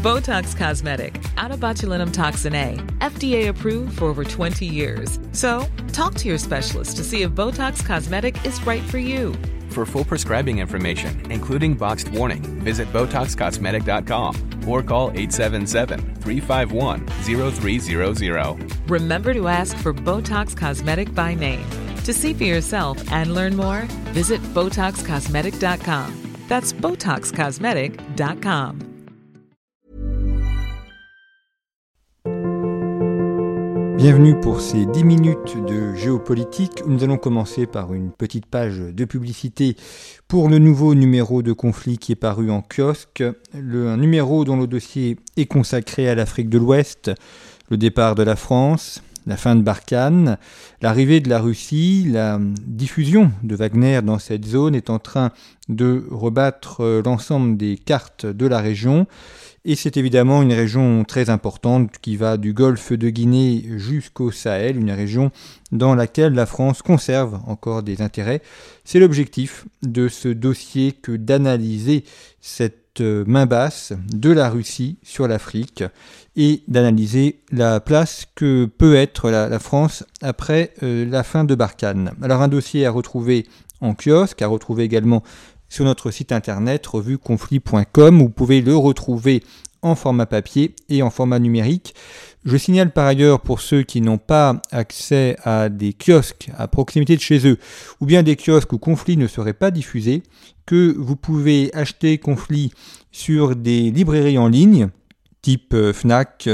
Botox Cosmetic, out of botulinum toxin A, FDA approved for over 20 years. So, talk to your specialist to see if Botox Cosmetic is right for you. For full prescribing information, including boxed warning, visit BotoxCosmetic.com or call 877-351-0300. Remember to ask for Botox Cosmetic by name. To see for yourself and learn more, visit BotoxCosmetic.com. That's BotoxCosmetic.com. Bienvenue pour ces 10 minutes de géopolitique. Nous allons commencer par une petite page de publicité pour le nouveau numéro de Conflit qui est paru en kiosque. Un numéro dont le dossier est consacré à l'Afrique de l'Ouest, le départ de la France, la fin de Barkhane, l'arrivée de la Russie, la diffusion de Wagner dans cette zone est en train de rebattre l'ensemble des cartes de la région. Et c'est évidemment une région très importante qui va du golfe de Guinée jusqu'au Sahel, une région dans laquelle la France conserve encore des intérêts. C'est l'objectif de ce dossier que d'analyser cette main basse de la Russie sur l'Afrique et d'analyser la place que peut être la France après la fin de Barkhane. Alors un dossier à retrouver en kiosque, à retrouver également sur notre site internet revueconflit.com, où vous pouvez le retrouver en format papier et en format numérique. Je signale par ailleurs pour ceux qui n'ont pas accès à des kiosques à proximité de chez eux, ou bien des kiosques où Conflit ne serait pas diffusé, que vous pouvez acheter Conflit sur des librairies en ligne, type Fnac,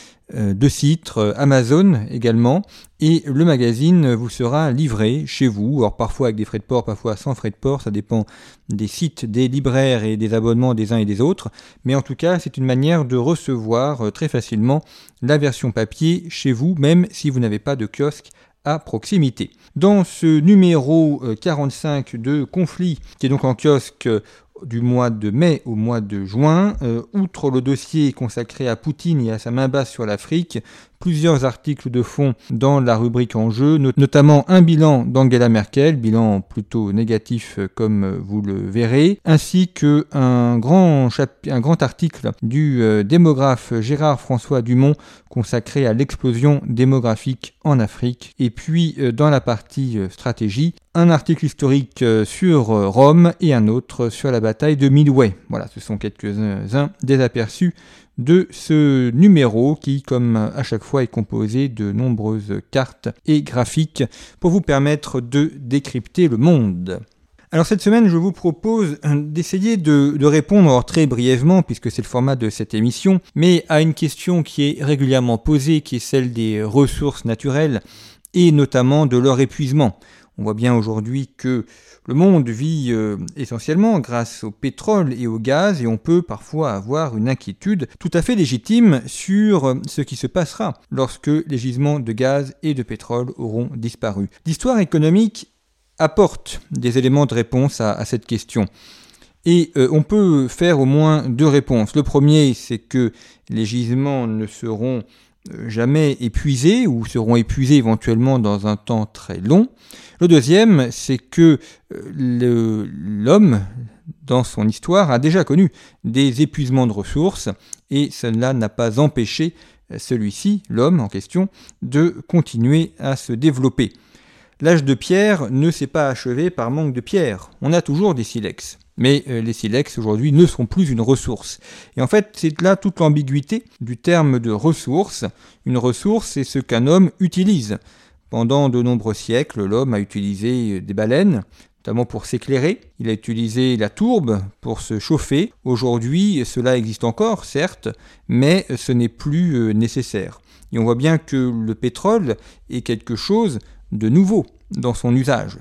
De Citre, Amazon également, et le magazine vous sera livré chez vous, alors parfois avec des frais de port, parfois sans frais de port, ça dépend des sites, des libraires et des abonnements des uns et des autres, mais en tout cas c'est une manière de recevoir très facilement la version papier chez vous, même si vous n'avez pas de kiosque à proximité. Dans ce numéro 45 de Conflit, qui est donc en kiosque du mois de mai au mois de juin, outre le dossier consacré à Poutine et à sa main basse sur l'Afrique, plusieurs articles de fond dans la rubrique Enjeux, notamment un bilan d'Angela Merkel, bilan plutôt négatif comme vous le verrez, ainsi qu'un grand article du démographe Gérard-François Dumont consacré à l'explosion démographique en Afrique. Et puis dans la partie stratégie, un article historique sur Rome et un autre sur la bataille de Midway. Voilà, ce sont quelques-uns des aperçus de ce numéro qui, comme à chaque fois, est composé de nombreuses cartes et graphiques pour vous permettre de décrypter le monde. Alors cette semaine, je vous propose d'essayer de répondre très brièvement, puisque c'est le format de cette émission, mais à une question qui est régulièrement posée, qui est celle des ressources naturelles et notamment de leur épuisement. On voit bien aujourd'hui que le monde vit essentiellement grâce au pétrole et au gaz et on peut parfois avoir une inquiétude tout à fait légitime sur ce qui se passera lorsque les gisements de gaz et de pétrole auront disparu. L'histoire économique apporte des éléments de réponse à cette question. Et on peut faire au moins deux réponses. Le premier, c'est que les gisements ne seront jamais épuisés ou seront épuisés éventuellement dans un temps très long. Le deuxième, c'est que l'homme, dans son histoire, a déjà connu des épuisements de ressources et cela n'a pas empêché celui-ci, l'homme en question, de continuer à se développer. L'âge de pierre ne s'est pas achevé par manque de pierre. On a toujours des silex. Mais les silex aujourd'hui ne sont plus une ressource. Et en fait, c'est là toute l'ambiguïté du terme de ressource. Une ressource, c'est ce qu'un homme utilise. Pendant de nombreux siècles, l'homme a utilisé des baleines, notamment pour s'éclairer. Il a utilisé la tourbe pour se chauffer. Aujourd'hui, cela existe encore, certes, mais ce n'est plus nécessaire. Et on voit bien que le pétrole est quelque chose de nouveau dans son usage.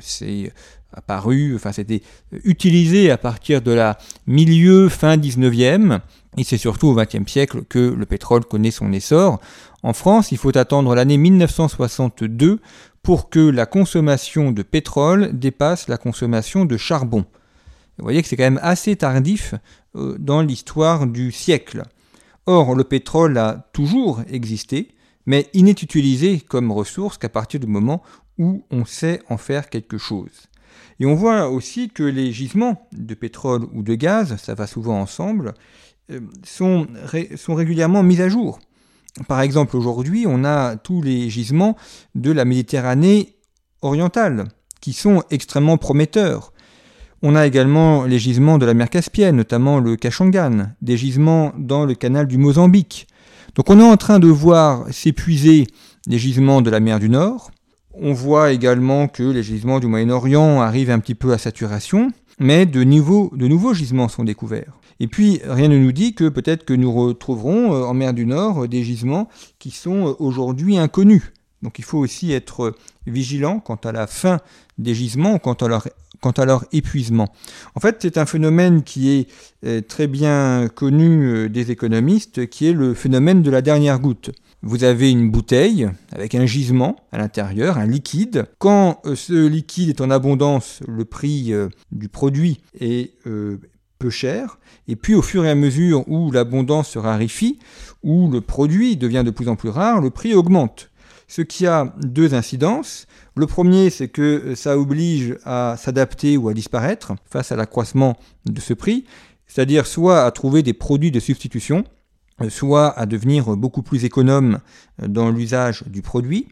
C'était utilisé à partir de la fin 19e, et c'est surtout au XXe siècle que le pétrole connaît son essor. En France, il faut attendre l'année 1962 pour que la consommation de pétrole dépasse la consommation de charbon. Vous voyez que c'est quand même assez tardif dans l'histoire du siècle. Or, le pétrole a toujours existé, mais il n'est utilisé comme ressource qu'à partir du moment où on sait en faire quelque chose. Et on voit aussi que les gisements de pétrole ou de gaz, ça va souvent ensemble, sont régulièrement mises à jour. Par exemple, aujourd'hui, on a tous les gisements de la Méditerranée orientale qui sont extrêmement prometteurs. On a également les gisements de la mer Caspienne, notamment le Kashangan, des gisements dans le canal du Mozambique. Donc on est en train de voir s'épuiser les gisements de la mer du Nord. On voit également que les gisements du Moyen-Orient arrivent un petit peu à saturation, mais de nouveaux gisements sont découverts. Et puis, rien ne nous dit que peut-être que nous retrouverons en mer du Nord des gisements qui sont aujourd'hui inconnus. Donc il faut aussi être vigilant quant à la fin des gisements, quant à leur épuisement. En fait, c'est un phénomène qui est très bien connu des économistes, qui est le phénomène de la dernière goutte. Vous avez une bouteille avec un gisement à l'intérieur, un liquide. Quand ce liquide est en abondance, le prix du produit est peu cher. Et puis au fur et à mesure où l'abondance se raréfie, où le produit devient de plus en plus rare, le prix augmente. Ce qui a deux incidences. Le premier, c'est que ça oblige à s'adapter ou à disparaître face à l'accroissement de ce prix, c'est-à-dire soit à trouver des produits de substitution, soit à devenir beaucoup plus économe dans l'usage du produit.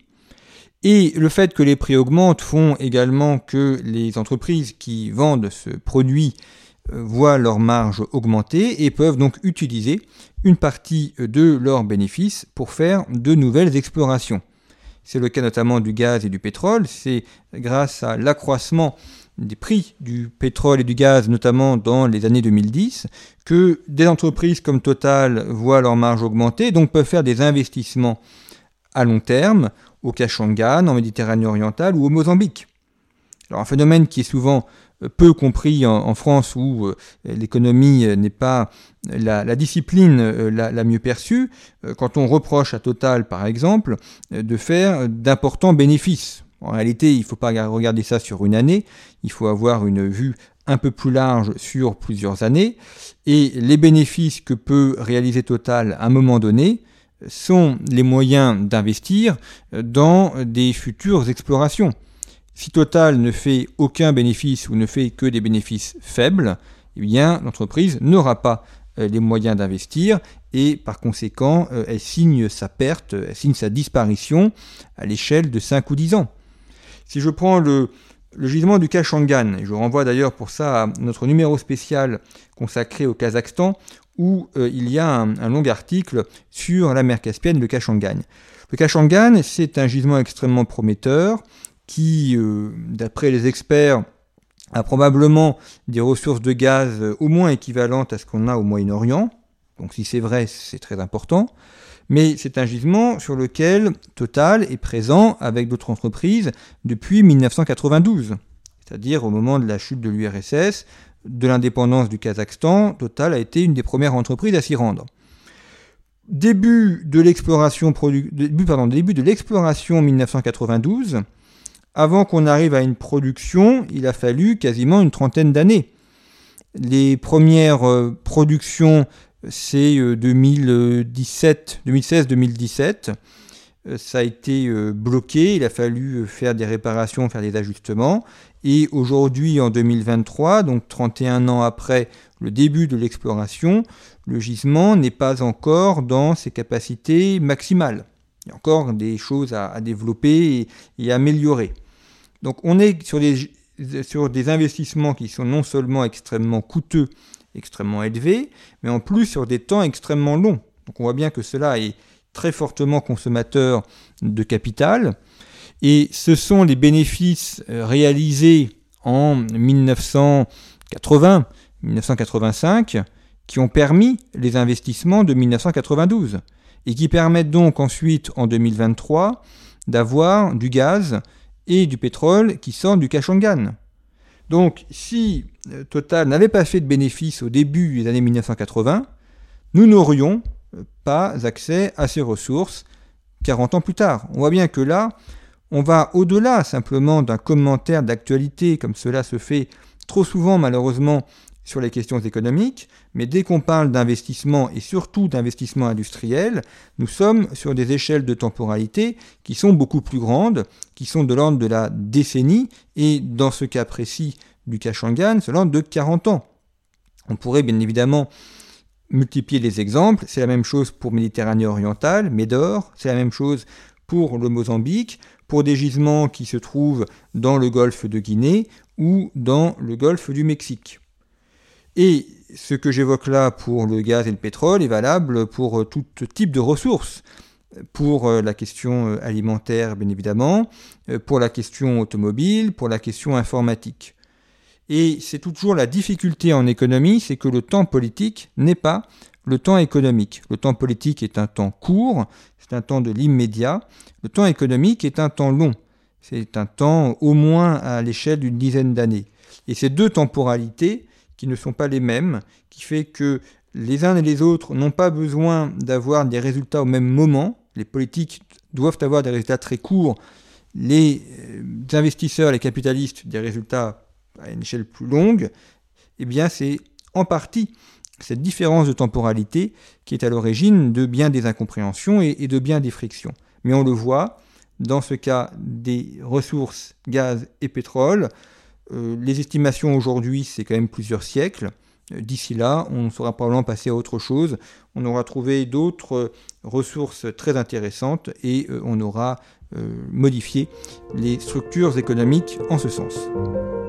Et le fait que les prix augmentent font également que les entreprises qui vendent ce produit voient leur marge augmenter et peuvent donc utiliser une partie de leurs bénéfices pour faire de nouvelles explorations. C'est le cas notamment du gaz et du pétrole. C'est grâce à l'accroissement des prix du pétrole et du gaz, notamment dans les années 2010, que des entreprises comme Total voient leur marge augmenter, donc peuvent faire des investissements à long terme au Kashangan, en Méditerranée orientale ou au Mozambique. Alors un phénomène qui est souvent peu compris en France, où l'économie n'est pas la discipline la mieux perçue, quand on reproche à Total, par exemple, de faire d'importants bénéfices. En réalité, il ne faut pas regarder ça sur une année, il faut avoir une vue un peu plus large sur plusieurs années, et les bénéfices que peut réaliser Total à un moment donné sont les moyens d'investir dans des futures explorations. Si Total ne fait aucun bénéfice ou ne fait que des bénéfices faibles, eh bien l'entreprise n'aura pas les moyens d'investir et par conséquent elle signe sa perte, elle signe sa disparition à l'échelle de 5 ou 10 ans. Si je prends le gisement du Kashangan, et je renvoie d'ailleurs pour ça à notre numéro spécial consacré au Kazakhstan, où il y a un long article sur la mer Caspienne, le Kashangan. Le Kashangan, c'est un gisement extrêmement prometteur qui, d'après les experts, a probablement des ressources de gaz au moins équivalentes à ce qu'on a au Moyen-Orient. Donc si c'est vrai, c'est très important. Mais c'est un gisement sur lequel Total est présent avec d'autres entreprises depuis 1992. C'est-à-dire au moment de la chute de l'URSS, de l'indépendance du Kazakhstan, Total a été une des premières entreprises à s'y rendre. Début de l'exploration 1992, avant qu'on arrive à une production, il a fallu quasiment une trentaine d'années. Les premières productions, c'est 2016-2017. Ça a été bloqué, il a fallu faire des réparations, faire des ajustements. Et aujourd'hui, en 2023, donc 31 ans après le début de l'exploration, le gisement n'est pas encore dans ses capacités maximales. Il y a encore des choses à développer et à améliorer. Donc on est sur des investissements qui sont non seulement extrêmement coûteux, extrêmement élevés, mais en plus sur des temps extrêmement longs. Donc on voit bien que cela est très fortement consommateur de capital. Et ce sont les bénéfices réalisés en 1980, 1985, qui ont permis les investissements de 1992 et qui permettent donc ensuite, en 2023, d'avoir du gaz et du pétrole qui sortent du Kashangan. Donc, si Total n'avait pas fait de bénéfices au début des années 1980, nous n'aurions pas accès à ces ressources 40 ans plus tard. On voit bien que là, on va au-delà simplement d'un commentaire d'actualité, comme cela se fait trop souvent malheureusement sur les questions économiques, mais dès qu'on parle d'investissement et surtout d'investissement industriel, nous sommes sur des échelles de temporalité qui sont beaucoup plus grandes, qui sont de l'ordre de la décennie, et dans ce cas précis du Kashangan, c'est l'ordre de 40 ans. On pourrait bien évidemment multiplier les exemples. C'est la même chose pour Méditerranée orientale, Médor, c'est la même chose pour le Mozambique, pour des gisements qui se trouvent dans le golfe de Guinée ou dans le golfe du Mexique. Et ce que j'évoque là pour le gaz et le pétrole est valable pour tout type de ressources, pour la question alimentaire bien évidemment, pour la question automobile, pour la question informatique. Et c'est toujours la difficulté en économie, c'est que le temps politique n'est pas le temps économique. Le temps politique est un temps court, c'est un temps de l'immédiat. Le temps économique est un temps long. C'est un temps au moins à l'échelle d'une dizaine d'années. Et ces deux temporalités, qui ne sont pas les mêmes, qui fait que les uns et les autres n'ont pas besoin d'avoir des résultats au même moment. Les politiques doivent avoir des résultats très courts. Les investisseurs, les capitalistes, des résultats à une échelle plus longue. Eh bien, c'est en partie cette différence de temporalité qui est à l'origine de bien des incompréhensions et de bien des frictions. Mais on le voit, dans ce cas des ressources gaz et pétrole, les estimations aujourd'hui, c'est quand même plusieurs siècles. D'ici là, on sera probablement passé à autre chose. On aura trouvé d'autres ressources très intéressantes et on aura modifié les structures économiques en ce sens.